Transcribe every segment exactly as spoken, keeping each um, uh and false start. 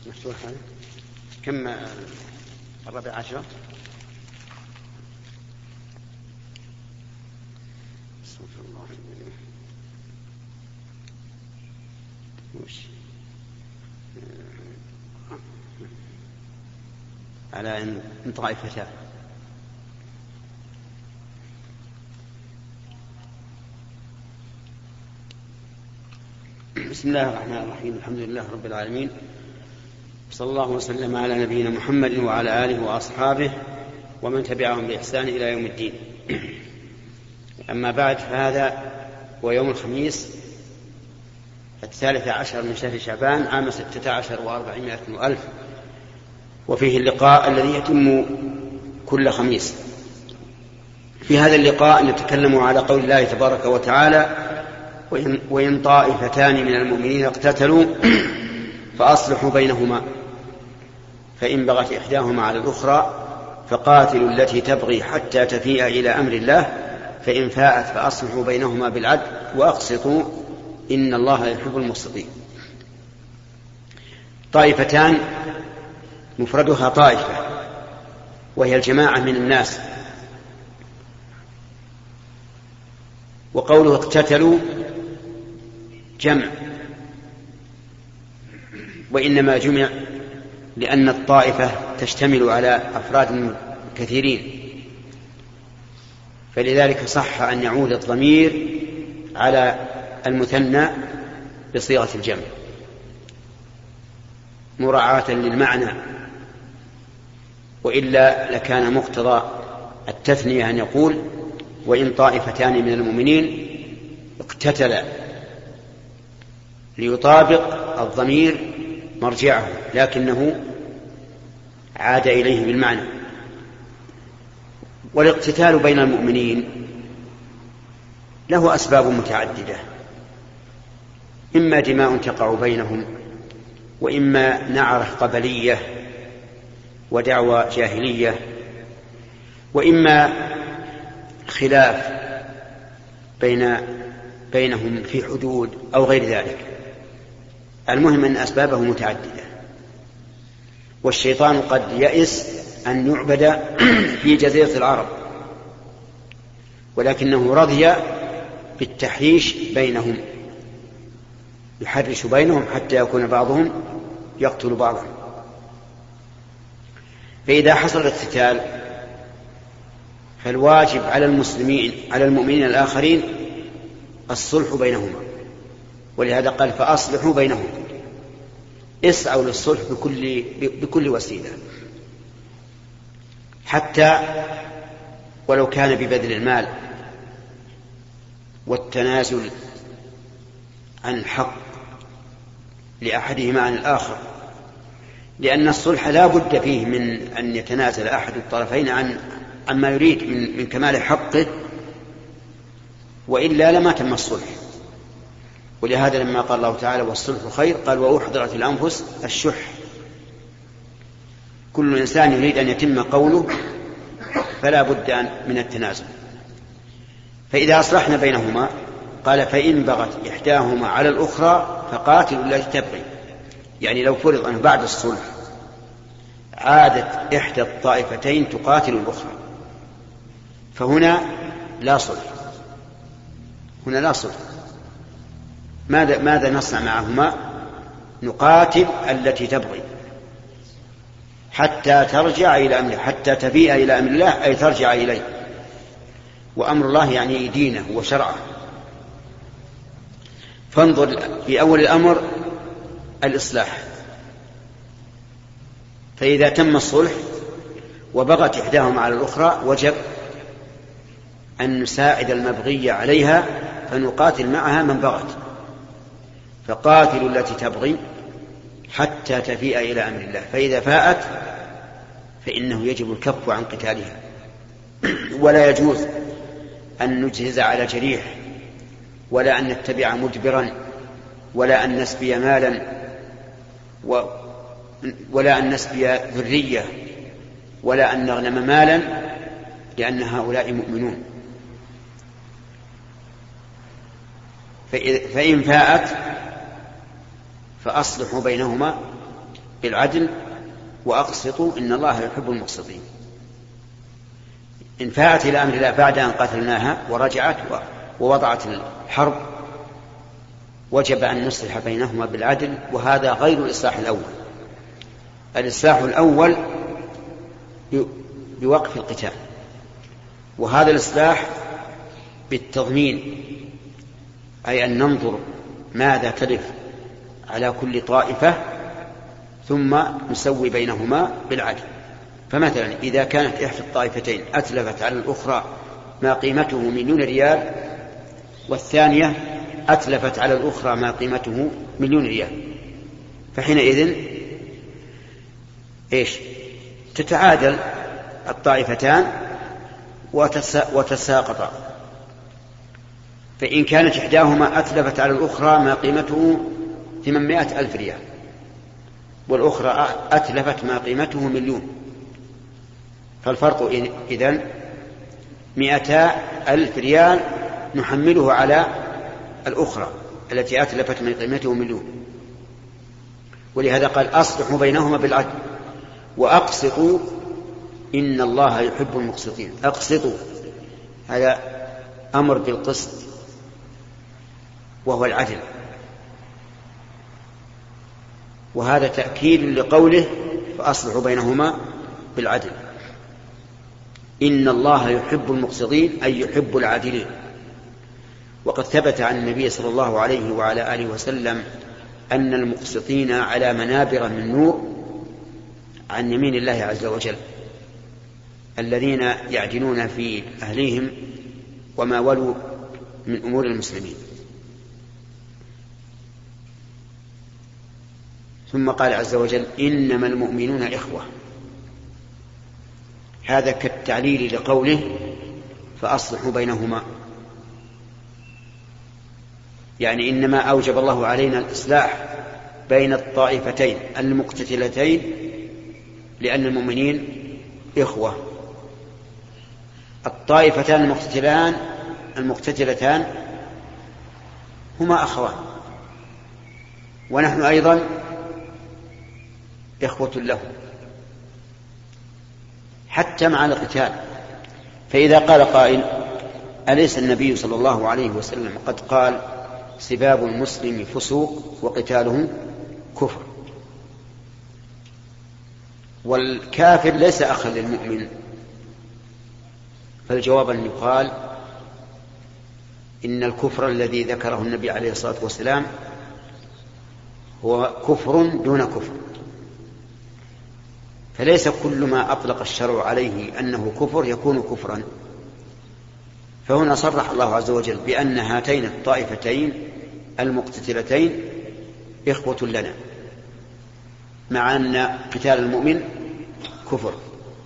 مفتوح هذا. كم الرابع عشر؟ على ان طائفتان. بسم الله الرحمن الرحيم. الحمد لله رب العالمين، صلى الله وسلم على نبينا محمد وعلى آله وأصحابه ومن تبعهم بإحسان إلى يوم الدين. أما بعد، فهذا هو يوم الخميس الثالث عشر من شهر شعبان عام ستة عشر وأربعمائة وألف، وفيه اللقاء الذي يتم كل خميس. في هذا اللقاء نتكلم على قول الله تبارك وتعالى: وإن طائفتان من المؤمنين اقتتلوا فأصلحوا بينهما فإن بغت إحداهما على الأخرى فقاتلوا التي تبغي حتى تفيء إلى أمر الله فإن فاءت فأصلحوا بينهما بالعدل وأقسطوا إن الله يحب المقسطين. طائفتان مفردها طائفة، وهي الجماعة من الناس. وقوله اقتتلوا جمع، وإنما جمع لأن الطائفة تشتمل على أفراد كثيرين، فلذلك صح أن يعود الضمير على المثنى بصيغة الجمع مراعاة للمعنى، وإلا لكان مقتضى التثنية أن يقول: وإن طائفتان من المؤمنين اقتتلا، ليطابق الضمير مرجعه، لكنه عاد إليه بالمعنى. والاقتتال بين المؤمنين له أسباب متعددة، إما دماء تقع بينهم، وإما نعرة قبلية ودعوى جاهلية، وإما خلاف بين بينهم في حدود أو غير ذلك. المهم أن أسبابه متعددة. والشيطان قد يئس أن يعبد في جزيرة العرب، ولكنه رضي بالتحريش بينهم، يحرش بينهم حتى يكون بعضهم يقتل بعضا. فإذا حصل الاقتتال فالواجب على المسلمين على المؤمنين الآخرين الصلح بينهما، ولهذا قال: فأصلحوا بينهم، اسعوا للصلح بكل, بكل وسيلة، حتى ولو كان ببذل المال والتنازل عن الحق لأحدهما عن الآخر، لأن الصلح لا بد فيه من أن يتنازل أحد الطرفين عن عما يريد من, من كمال حقه، وإلا لما تم الصلح. ولهذا لما قال الله تعالى: والصلح خير، قال: وأحضرت الأنفس الشح. كل إنسان يريد أن يتم قوله، فلا بد من التنازل. فإذا أصلحنا بينهما قال: فإن بغت إحداهما على الأخرى فقاتلوا التي تبغي. يعني لو فرض أن بعد الصلح عادت إحدى الطائفتين تقاتل الأخرى، فهنا لا صلح، هنا لا صلح. ماذا, ماذا نصنع معهما؟ نقاتل التي تبغي حتى ترجع إلى أمره، حتى تفيء إلى أمر الله، أي ترجع إليه. وأمر الله يعني دينه وشرعه. فانظر في أول الأمر الإصلاح، فإذا تم الصلح وبغت إحداهما على الأخرى وجب أن نساعد المبغي عليها فنقاتل معها من بغت. فقاتلوا التي تبغي حتى تفيء إلى أمر الله، فإذا فاءت فإنه يجب الكف عن قتالها. ولا يجوز أن نجهز على جريح، ولا أن نتبع مدبرا، ولا أن نسبي مالا، ولا أن نسبي ذرية، ولا أن نغنم مالا، لأن هؤلاء مؤمنون. فإن فاءت فأصلحوا بينهما بالعدل وأقسطوا إن الله يحب المقسطين. إن فاءت إلى أمر الله بعد أن قتلناها ورجعت ووضعت الحرب وجب أن نصلح بينهما بالعدل، وهذا غير الإصلاح الأول. الإصلاح الأول بوقف القتال، وهذا الإصلاح بالتضمين، أي أن ننظر ماذا تلف على كل طائفة ثم نسوي بينهما بالعدل. فمثلا إذا كانت إحدى الطائفتين أتلفت على الأخرى ما قيمته مليون ريال، والثانية أتلفت على الأخرى ما قيمته مليون ريال، فحينئذ إيش؟ تتعادل الطائفتان وتساقطا. فإن كانت إحداهما أتلفت على الأخرى ما قيمته ثمانمائة ألف ريال، والأخرى أتلفت ما قيمته مليون، فالفرق إذن مئتا ألف ريال نحمله على الأخرى التي أتلفت من قيمته مليون. ولهذا قال أصلحوا بينهما بالعدل وأقسطوا إن الله يحب المقسطين. أقسطوا هذا أمر بالقسط وهو العدل، وهذا تأكيد لقوله فأصلحوا بينهما بالعدل. إن الله يحب المقسطين أي يحب العادلين. وقد ثبت عن النبي صلى الله عليه وعلى آله وسلم أن المقسطين على منابر من نور عن يمين الله عز وجل، الذين يعدلون في أهليهم وما ولوا من أمور المسلمين. ثم قال عز وجل إنما المؤمنون إخوة، هذا كالتعليل لقوله فأصلحوا بينهما، يعني إنما أوجب الله علينا الإصلاح بين الطائفتين المقتتلتين لأن المؤمنين إخوة. الطائفتان المقتتلان المقتتلتان هما أخوان، ونحن أيضا إخوة له حتى مع القتال. فإذا قال قائل أليس النبي صلى الله عليه وسلم قد قال سباب المسلم فسوق وقتاله كفر، والكافر ليس أخا للمؤمن؟ فالجواب أن يقال إن الكفر الذي ذكره النبي عليه الصلاة والسلام هو كفر دون كفر، فليس كل ما أطلق الشرع عليه أنه كفر يكون كفرا. فهنا صرح الله عز وجل بأن هاتين الطائفتين المقتتلتين إخوة لنا، مع أن قتال المؤمن كفر،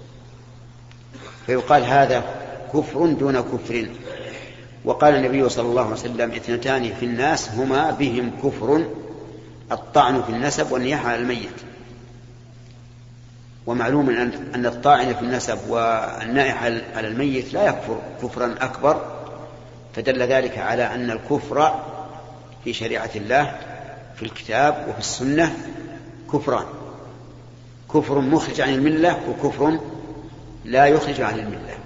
فيقال هذا كفر دون كفر. وقال النبي صلى الله عليه وسلم اثنتان في الناس هما بهم كفر، الطعن في النسب والنياحة على الميت. ومعلوم أن الطاعن في النسب والنائح على الميت لا يكفر كفرا أكبر، فدل ذلك على أن الكفر في شريعة الله في الكتاب وفي السنة كفران: كفر مخرج عن الملة وكفر لا يخرج عن الملة.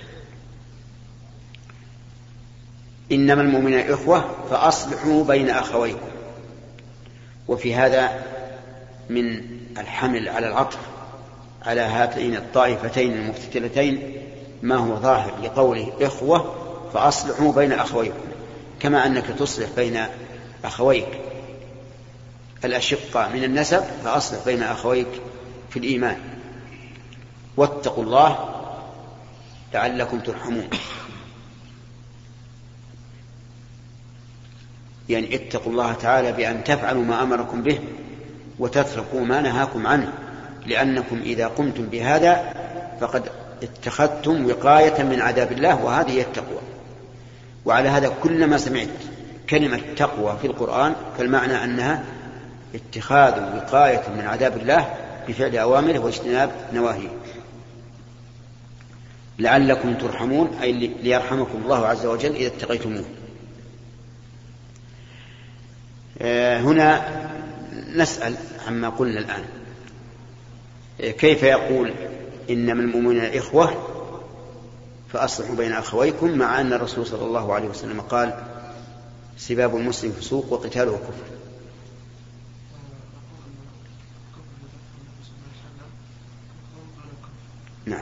إنما المؤمنون إخوة فأصلحوا بين أخويكم. وفي هذا من الحمل على العطف على هاتين الطائفتين المقتتلتين ما هو ظاهر لقوله إخوة فأصلحوا بين أخويكم، كما أنك تصلح بين أخويك الأشقاء من النسب فأصلح بين أخويك في الإيمان. واتقوا الله لعلكم ترحمون، يعني اتقوا الله تعالى بأن تفعلوا ما أمركم به وتتركوا ما نهاكم عنه، لأنكم إذا قمتم بهذا فقد اتخذتم وقاية من عذاب الله، وهذه هي التقوى. وعلى هذا كلما سمعت كلمة تقوى في القرآن فالمعنى أنها اتخاذ وقاية من عذاب الله بفعل أوامره واجتناب نواهيه. لعلكم ترحمون أي ليرحمكم الله عز وجل إذا اتقيتموه. هنا نسأل عما قلنا الآن: كيف يقول إنما المؤمنون إخوة فأصلحوا بين أخويكم، مع أن الرسول صلى الله عليه وسلم قال سباب المسلم فسوق وقتاله كفر؟ نعم.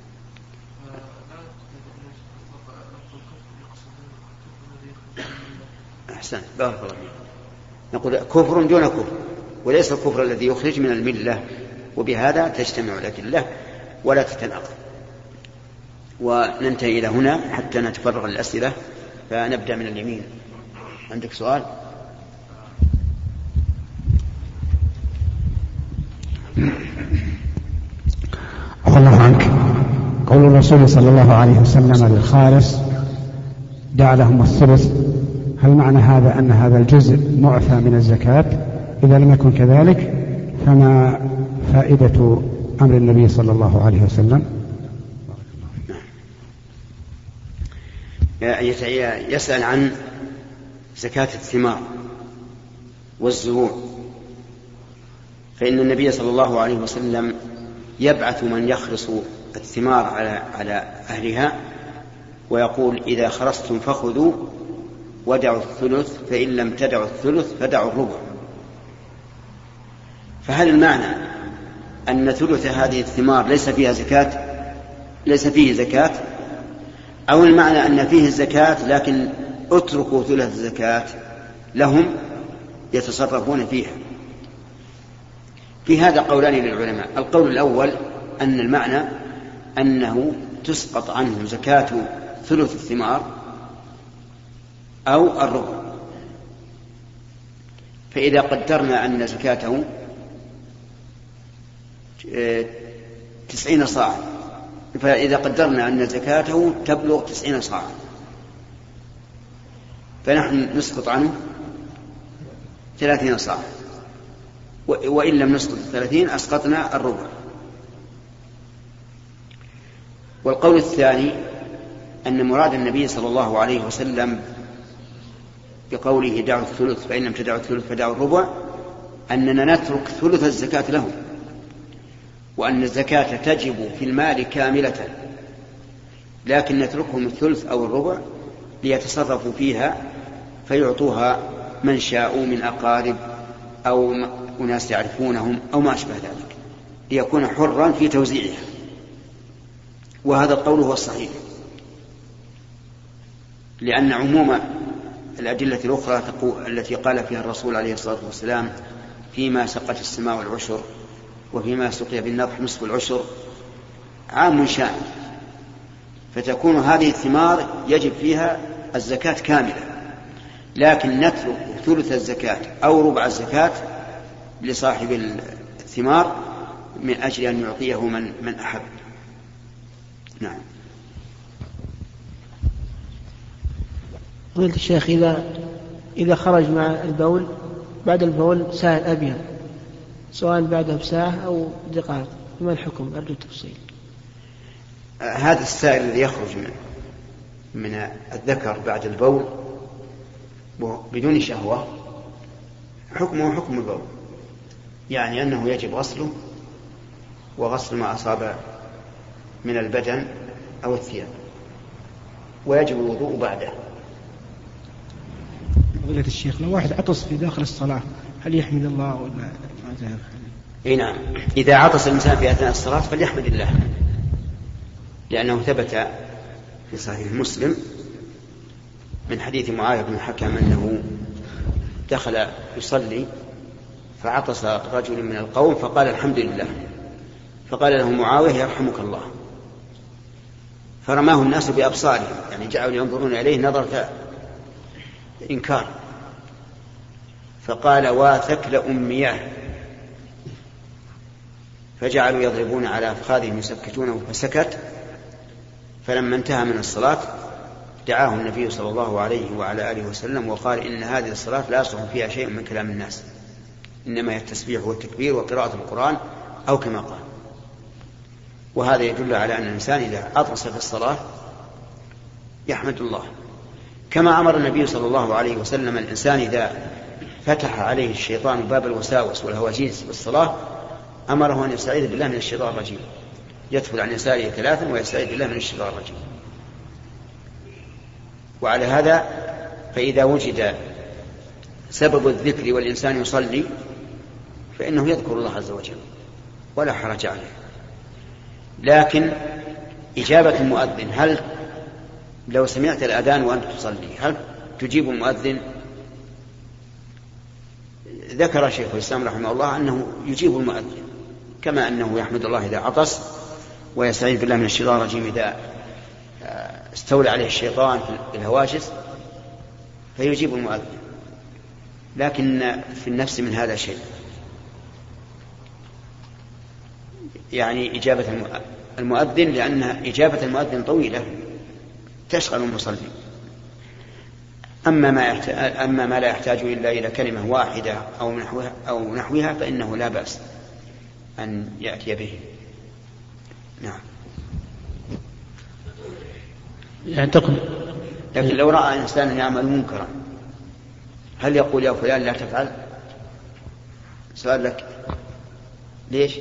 أحسن، بارك الله فيك. نقول كفر دون كفر، وليس الكفر الذي يخرج من الملة، وبهذا تجتمع الأدلة ولا تتناقض. وننتهي إلى هنا حتى نتفرغ للأسئلة، فنبدأ من اليمين. عندك سؤال؟ عفى الله عنك. قول الرسول صلى الله عليه وسلم للخالص دع لهم الثلث، هل معنى هذا أن هذا الجزء معفى من الزكاة؟ إذا لم يكن كذلك فما فائدة أمر النبي صلى الله عليه وسلم؟ يسأل عن زكاة الثمار والزروع، فإن النبي صلى الله عليه وسلم يبعث من يخرص الثمار على على أهلها ويقول إذا خرصتم فخذوا ودعوا الثلث، فإن لم تدعوا الثلث فدعوا الربع. فهل المعنى أن ثلث هذه الثمار ليس فيها زكاة ليس فيه زكاة، أو المعنى أن فيه الزكاة لكن اتركوا ثلث الزكاة لهم يتصرفون فيها؟ في هذا قولان للعلماء. القول الأول أن المعنى أنه تسقط عنه زكاة ثلث الثمار أو الربع، فإذا قدرنا أن زكاته تسعين صاعا، فإذا قدرنا أن زكاته تبلغ تسعين صاعا، فنحن نسقط عنه ثلاثين صاعا، وإن لم نسقط الثلاثين أسقطنا الربع. والقول الثاني أن مراد النبي صلى الله عليه وسلم بقوله دعوا الثلث فإن لم تدعوا الثلث فدعوا الربع أننا نترك ثلث الزكاة لهم، وأن الزكاة تجب في المال كاملة، لكن نتركهم الثلث أو الربع ليتصرفوا فيها فيعطوها من شاءوا من أقارب أو أناس يعرفونهم أو ما أشبه ذلك، ليكون حرا في توزيعها. وهذا القول هو الصحيح، لأن عموم الأدلة الأخرى التي قال فيها الرسول عليه الصلاة والسلام فيما سقت السماء والعشر وفيما سقي بالنضح نصف العشر عام شامل، فتكون هذه الثمار يجب فيها الزكاة كاملة، لكن نترك ثلث الزكاة أو ربع الزكاة لصاحب الثمار من أجل أن يعطيه من, من أحب. نعم. قلت الشيخ إذا إذا خرج مع البول بعد البول سائل أبيض سواء بعده بساعة أو دقائق، ما الحكم؟ أرجو التفصيل. آه هذا السائل الذي يخرج من, من الذكر بعد البول بدون شهوة حكمه حكم البول، يعني أنه يجب غسله وغسل ما أصاب من البدن أو الثياب، ويجب الوضوء بعده. فضيلة الشيخ، لو واحد عطس في داخل الصلاة هل يحمد الله ولا ماذا؟ اي نعم، إذا عطس الإنسان في أثناء الصلاة فليحمد الله، لأنه ثبت في صحيح مسلم من حديث معاوية بن الحكم أنه دخل يصلي فعطس رجل من القوم فقال الحمد لله، فقال له معاوية يرحمك الله، فرماه الناس بأبصارهم، يعني جعلوا ينظرون إليه نظرة إنكار، فقال واثكل أمياه، فجعلوا يضربون على أفخاذهم يسكتونه فسكت. فلما انتهى من الصلاة دعاه النبي صلى الله عليه وعلى آله وسلم وقال إن هذه الصلاة لا يصح فيها شيء من كلام الناس، إنما هي التسبيح والتكبير وقراءة القرآن أو كما قال. وهذا يدل على أن الإنسان إذا عطس في الصلاة يحمد الله، كما أمر النبي صلى الله عليه وسلم الإنسان إذا فتح عليه الشيطان باب الوساوس والهواجيس بالصلاة أمره أن يستعيذ بالله من الشيطان الرجيم، يدخل عن يساره ثلاثا ويستعيذ بالله من الشيطان الرجيم. وعلى هذا فإذا وجد سبب الذكر والإنسان يصلي فإنه يذكر الله عز وجل ولا حرج عليه. لكن إجابة المؤذن، هل لو سمعت الأذان وأنت تصلي هل تجيب المؤذن؟ ذكر شيخ الإسلام رحمه الله أنه يجيب المؤذن، كما أنه يحمد الله إذا عطس ويستعيذ بالله من الشيطان الرجيم إذا استولى عليه الشيطان في الهواجس فيجيب المؤذن. لكن في النفس من هذا شيء، يعني إجابة المؤذن، لأن إجابة المؤذن طويلة تشغل المصلي. أما ما, أما ما لا يحتاج إلا إلى كلمة واحدة أو نحوها, أو نحوها فإنه لا بأس أن يأتي به. نعم. يعتقد. لكن لو رأى إنسان يعمل منكرا هل يقول يا فلان لا تفعل؟ سؤال لك، ليش؟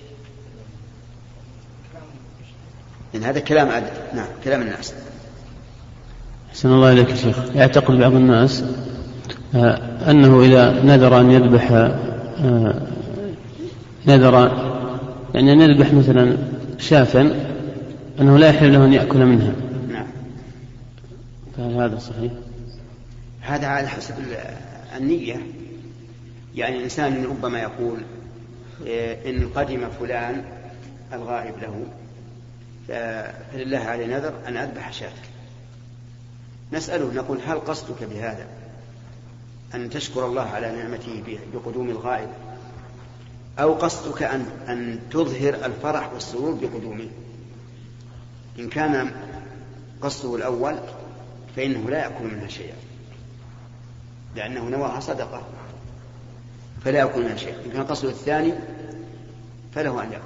إن هذا كلام عدد. نعم، كلام الناس. أحسن الله إليك يا شيخ. يعتقد بعض الناس آه أنه إذا نذر أن يذبح آه نذر يعني أن يذبح مثلا شافا أنه لا يحل له أن يأكل منها. نعم. فهل هذا صحيح؟ هذا على حسب النية. يعني الإنسان ربما يقول إن قدم فلان الغائب له فلله عليه نذر أن أذبح شاة. نسأله نقول هل قصدك بهذا أن تشكر الله على نعمته بقدوم الغائب، أو قصدك أن, أن تظهر الفرح والسرور بقدومه؟ إن كان قصده الأول فإنه لا يأكل منها شيئا لأنه نواها صدقة فلا يأكل منها شيئا. إن كان قصده الثاني فله أن يأكل.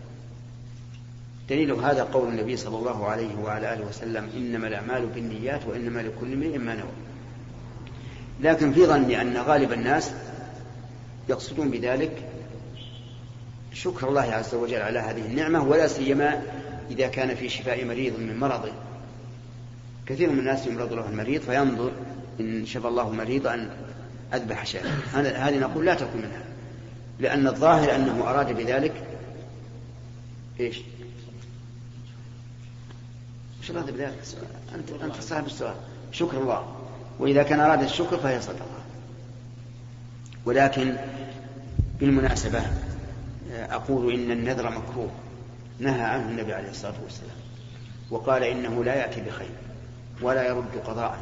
دليل هذا قول النبي صلى الله عليه وعلى آله وسلم إنما الأعمال بالنيات وإنما لكل امرئ ما نوى. لكن في ظني أن غالب الناس يقصدون بذلك شكر الله عز وجل على هذه النعمة، ولا سيما إذا كان في شفاء مريض من مرضه. كثير من الناس يمرض له المريض فينظر إن شفى الله المريض أن أذبح شاة، هذه نقول لا تكون منها، لأن الظاهر أنه أراد بذلك إيش؟ شو أراد بذلك؟ أنت أنت صاحب السؤال. شكر الله، وإذا كان أراد الشكر فهي صدقة. ولكن بالمناسبة أقول إن النذر مكروه نهى عنه النبي عليه الصلاة والسلام، وقال إنه لا يأتي بخير ولا يرد قضاء.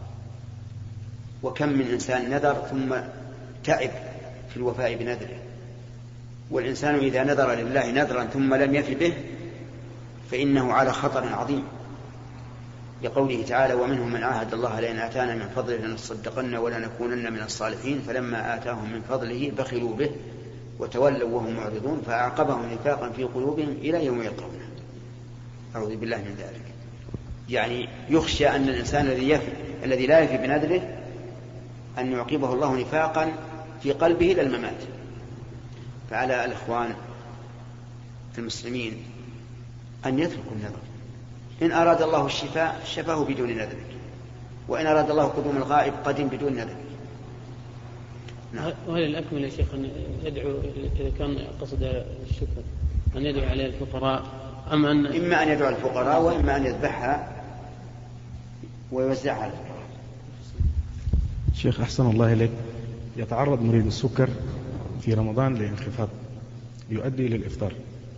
وكم من إنسان نذر ثم تعب في الوفاء بنذره. والإنسان إذا نذر لله نذرا ثم لم يف به فإنه على خطر عظيم، لقوله تعالى ومنهم من عاهد الله لئن آتانا من فضله لنصدقن ولنكونن من الصالحين فلما آتاهم من فضله بخلوا به وتولوا وهم معرضون فأعقبهم نفاقا في قلوبهم إلى يوم يلقونه. أعوذ بالله من ذلك. يعني يخشى أن الإنسان الذي يفي الذي لا يفي بنذره أن يعقبه الله نفاقا في قلبه إلى الممات. فعلى الإخوان المسلمين أن يتركوا النذر. إن أراد الله الشفاء شفاه بدون نذر، وإن أراد الله قدوم الغائب قدم بدون نذر. نعم. وهل الأكمل يا شيخ أن يدعو إذا كان قصد الشكر أن يدعو عليه الفقراء، أم أن إما أن يدعو الفقراء وإما أن يذبحها ويوزعها على الفقراء. شيخ أحسن الله إليك، يتعرض مريض السكر في رمضان لانخفاض يؤدي إلى الإفطار،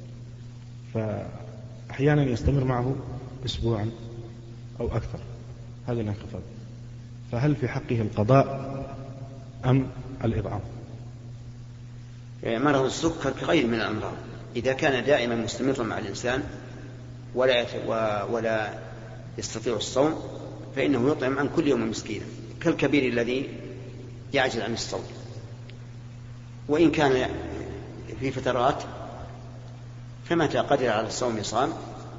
فأحيانا يستمر معه أسبوعا أو أكثر هذا الانخفاض، فهل في حقه القضاء أم الإطعام؟ مرض السكر كغير من الأمراض، إذا كان دائما مستمرا مع الإنسان ولا ولا يستطيع الصوم فإنه يطعم عن كل يوم مسكينا كالكبير الذي يعجز عن الصوم. وإن كان في فترات فمتى قدر على الصوم صام،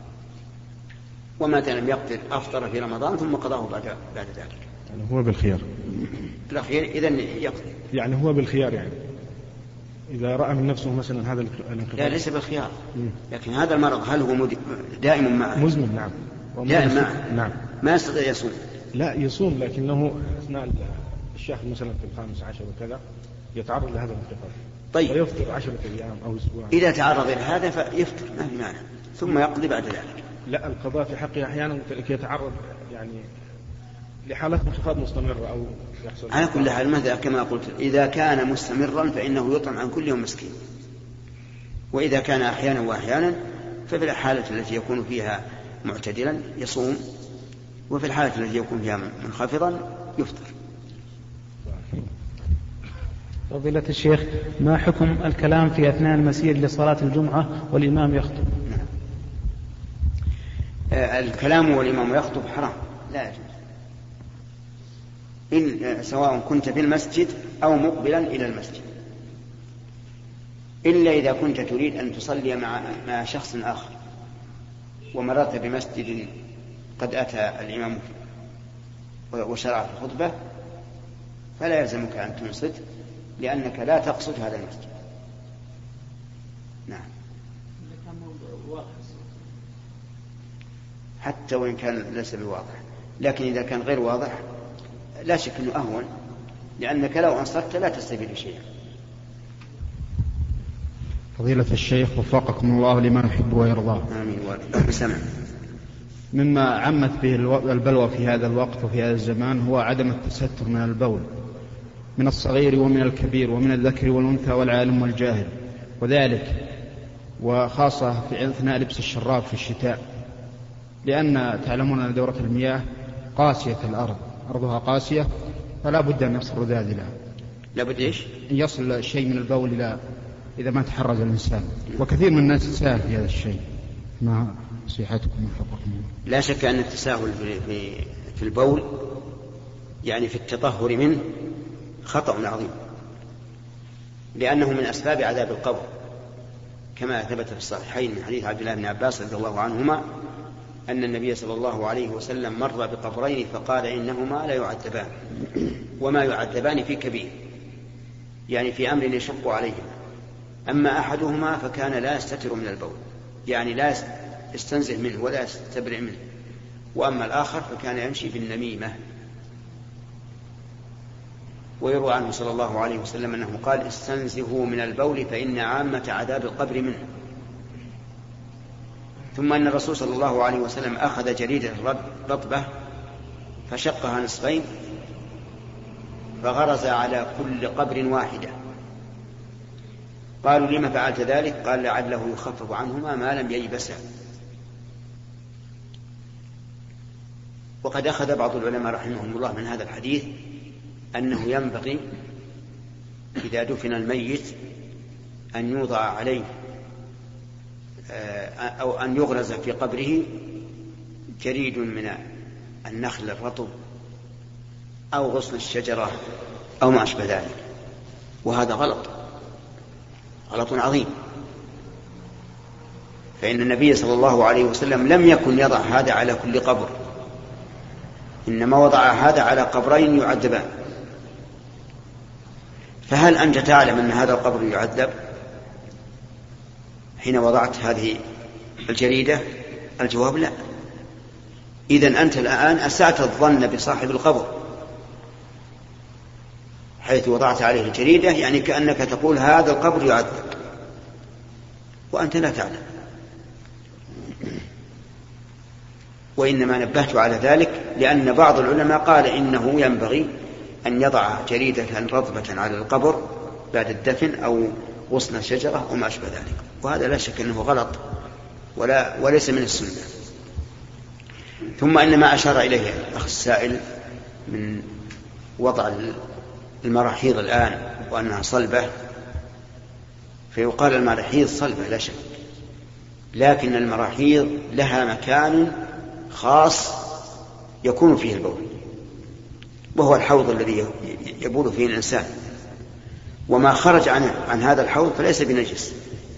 ومتى لم يقدر أفطر في رمضان ثم قضاه بعد بعد ذلك. يعني هو بالخيار. بالخيار إذن يقضي. يعني هو بالخيار يعني. إذا رأى من نفسه مثلا هذا الانقباض. لا ليس بالخيار، لكن هذا المرض هل هو دائم معه؟ مزمن. نعم دائم معه. نعم. ما يستطيع يصوم. لا يصوم، لكنه أثناء الشهر مثلا في الخامس عشر وكذا يتعرض لهذا الانقباض. طيب ويفطر عشرة أيام أو أسبوع. إذا تعرض إلى هذا فيفطر ما في معنى، ثم يقضي بعد ذلك. لا القضاء في حقه أحيانا يتعرض يعني لحالات انخفاض مستمرة أو يحصل. على كل حال ماذا كما قلت، إذا كان مستمرا فإنه يطعم عن كل يوم مسكين، وإذا كان أحيانا وأحيانا ففي الحالة التي يكون فيها معتدلا يصوم، وفي الحالة التي يكون فيها منخفضا يفطر. فضيلة الشيخ، ما حكم الكلام في أثناء المسير لصلاة الجمعة والإمام يخطب؟ نعم. آه الكلام والإمام يخطب حرام، لا يجوز، إن سواء كنت في المسجد أو مقبلا إلى المسجد، إلا إذا كنت تريد أن تصلي مع مع شخص آخر ومررت بمسجد قد أتى الإمام وشرع في الخطبة، فلا يلزمك أن تنصت لأنك لا تقصد هذا المسجد. نعم. حتى وإن كان ليس بواضح، لكن إذا كان غير واضح لا شك أنه أهون، لأنك لو أنصرت لا تستفيد شيئا. فضيلة الشيخ وفقكم الله لما يحب ويرضاه. آمين. وسمع. مما عمت به البلوى في هذا الوقت وفي هذا الزمان هو عدم التستر من البول، من الصغير ومن الكبير ومن الذكر والأنثى والعالم والجاهل، وذلك وخاصة في أثناء لبس الشراب في الشتاء، لأن تعلمون أن دورة المياه قاسية الأرض، أرضها قاسية، فلا بد أن يصل الرذاذ لها. لا بد إيش؟ أن يصل شيء من البول إلى إذا ما تحرز الإنسان، وكثير من الناس يتساهل في هذا الشيء. ما نصيحتكم وفقكم؟ لا شك أن التساهل في في البول يعني في التطهر منه خطأ عظيم، لأنه من أسباب عذاب القبر، كما ثبت في الصحيحين من حديث عبد الله بن عباس رضي الله عنهما أن النبي صلى الله عليه وسلم مر بقبرين فقال إنهما لا يعذبان، وما يعذبان في كبير، يعني في أمر يشق عليهما. أما أحدهما فكان لا يستتر من البول، يعني لا يستنزه منه ولا يستبرع منه، وأما الآخر فكان يمشي بالنميمة. ويروى عنه صلى الله عليه وسلم أنه قال استنزهوا من البول فإن عامة عذاب القبر منه. ثم أن الرسول صلى الله عليه وسلم أخذ جريدة رطبة فشقها نصفين فغرز على كل قبر واحدة. قالوا لما فعلت ذلك؟ قال لعله يخفف عنهما ما لم ييبسا. وقد أخذ بعض العلماء رحمهم الله من هذا الحديث أنه ينبغي إذا دفن الميت أن يوضع عليه أو أن يغرز في قبره جريد من النخل الرطب أو غصن الشجرة أو ما أشبه ذلك، وهذا غلط، غلط عظيم، فإن النبي صلى الله عليه وسلم لم يكن يضع هذا على كل قبر، إنما وضع هذا على قبرين يعذبان. فهل أنت تعلم أن هذا القبر يعذب حين وضعت هذه الجريدة؟ الجواب لا. إذن أنت الآن أسأت الظن بصاحب القبر حيث وضعت عليه الجريدة، يعني كأنك تقول هذا القبر يعذب وأنت لا تعلم. وإنما نبهت على ذلك لأن بعض العلماء قال إنه ينبغي أن يضع جريدة رطبة على القبر بعد الدفن أو غصن شجرة وما أشبه ذلك، وهذا لا شك أنه غلط ولا وليس من السنة. ثم أن ما أشار إليه الأخ السائل من وضع المراحيض الآن وأنها صلبة، فيقال المراحيض صلبة لا شك، لكن المراحيض لها مكان خاص يكون فيه البول، وهو الحوض الذي يبول فيه الإنسان، وما خرج عن, عن هذا الحوض فليس بنجس.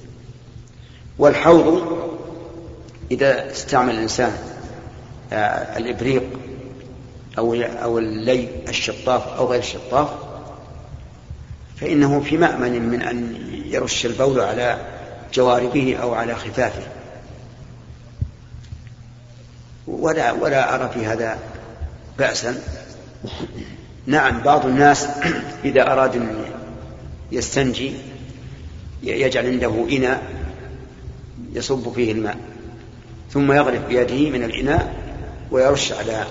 والحوض إذا استعمل الإنسان الإبريق أو أو اللي الشطاف أو غير الشطاف فإنه في مأمن من أن يرش البول على جواربه أو على خفافه، ولا, ولا أرى في هذا بأسا. نعم بعض الناس إذا أراد أن يستنجي يجعل عنده إناء يصب فيه الماء ثم يغرف بيده من الإناء ويرش على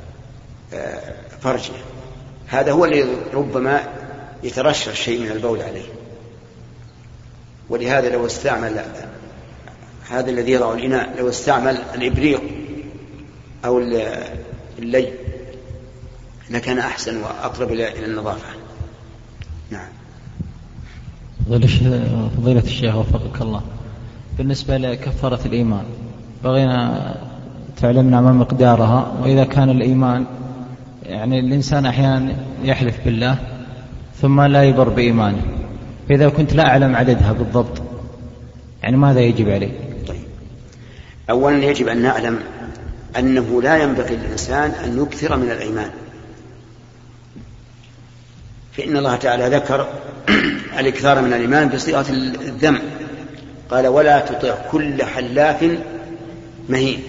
فرجه، هذا هو الذي ربما يترشح شيء من البول عليه. ولهذا لو استعمل هذا الذي يضع الإناء لو استعمل الإبريق أو اللي لكان أحسن وأقرب إلى النظافة. نعم. فضيلة الشيخ وفقك الله، بالنسبة لكفارة الإيمان بغينا تعلمنا ما مقدارها، وإذا كان الإيمان يعني الإنسان أحيانا يحلف بالله ثم لا يبر بإيمانه، فإذا كنت لا أعلم عددها بالضبط يعني ماذا يجب عليه؟ طيب، أولا يجب أن نعلم أنه لا ينبغي للإنسان أن يكثر من الإيمان، فإن الله تعالى ذكر الإكثار من الإيمان بصيغة الذم، قال ولا تطع كل حلاف مهين.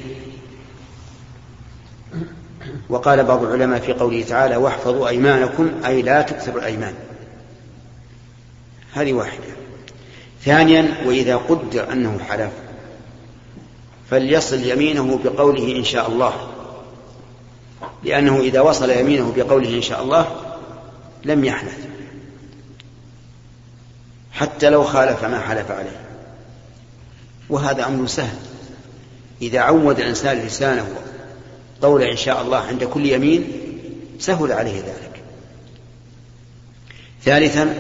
وقال بعض العلماء في قوله تعالى واحفظوا أيمانكم أي لا تكثروا الأيمان. هذه واحدة. ثانيا وإذا قدر أنه حلف فليصل يمينه بقوله إن شاء الله، لأنه إذا وصل يمينه بقوله إن شاء الله لم يحنث حتى لو خالف ما حلف عليه، وهذا أمر سهل. إذا عود الإنسان لسانه قول إن شاء الله عند كل يمين سهل عليه ذلك. ثالثا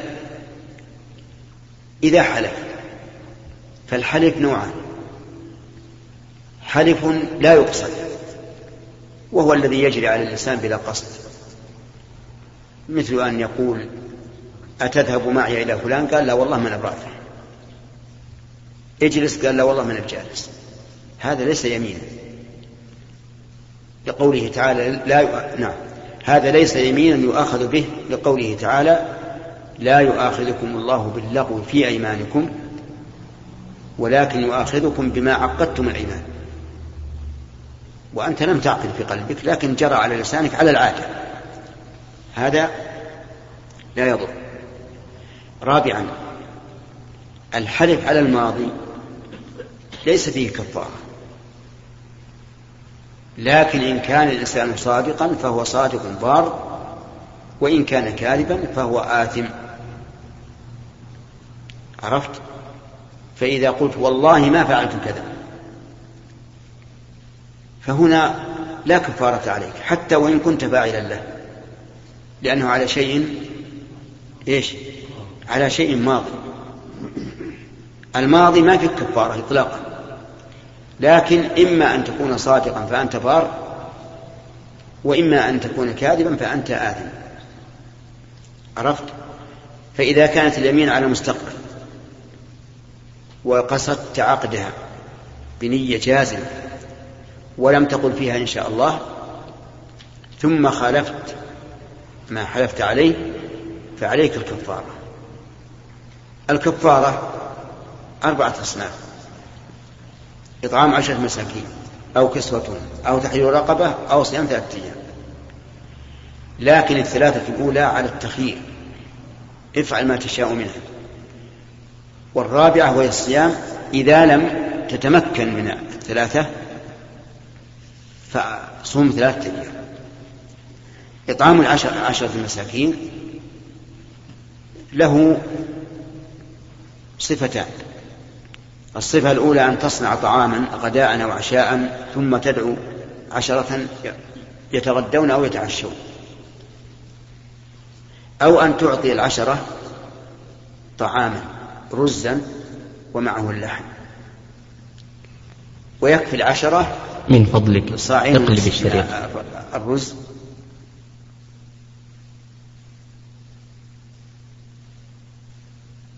إذا حلف فالحلف نوعان: حلف لا يقصد وهو الذي يجري على اللسان بلا قصد، مثل أن يقول أتذهب معي إلى فلان؟ قال لا والله من أبراته. اجلس؟ قال لا والله من الجالس. هذا ليس يمينا لقوله تعالى لا ي... نعم هذا ليس يمينا يؤاخذ به لقوله تعالى لا يؤاخذكم الله باللغو في أيمانكم ولكن يؤاخذكم بما عقدتم الأيمان، وأنت لم تعقد في قلبك لكن جرى على لسانك على العادة، هذا لا يضر. رابعا الحلف على الماضي ليس فيه كفارة، لكن إن كان الإنسان صادقا فهو صادق بار، وإن كان كاذبا فهو آثم. عرفت؟ فإذا قلت والله ما فعلت كذا فهنا لا كفارة عليك حتى وإن كنت فاعلا له، لأنه على شيء إيش؟ على شيء ماضي. الماضي ما في كفارة إطلاقا، لكن إما أن تكون صادقا فأنت بار، وإما أن تكون كاذبا فأنت آثم. عرفت؟ فإذا كانت اليمين على مستقبل وقصدت عقدها بنية جازمة ولم تقل فيها إن شاء الله ثم خالفت ما حلفت عليه فعليك الكفارة. الكفارة أربعة أصناف: إطعام عشرة مساكين أو كسوتهم أو تحرير رقبة أو صيام ثلاثة أيام، لكن الثلاثة الأولى على التخيير، افعل ما تشاء منها. والرابعة وهي الصيام إذا لم تتمكن من الثلاثة فصوم ثلاثة أيام. إطعام العشر عشرة المساكين له صفتان: الصفة الأولى أن تصنع طعاما غداء أو عشاء ثم تدعو عشرة يتغدون أو يتعشون، أو أن تعطي العشرة طعاما رزا ومعه اللحم، ويكفي العشرة من فضلك صاعين اقلب الشريط الرز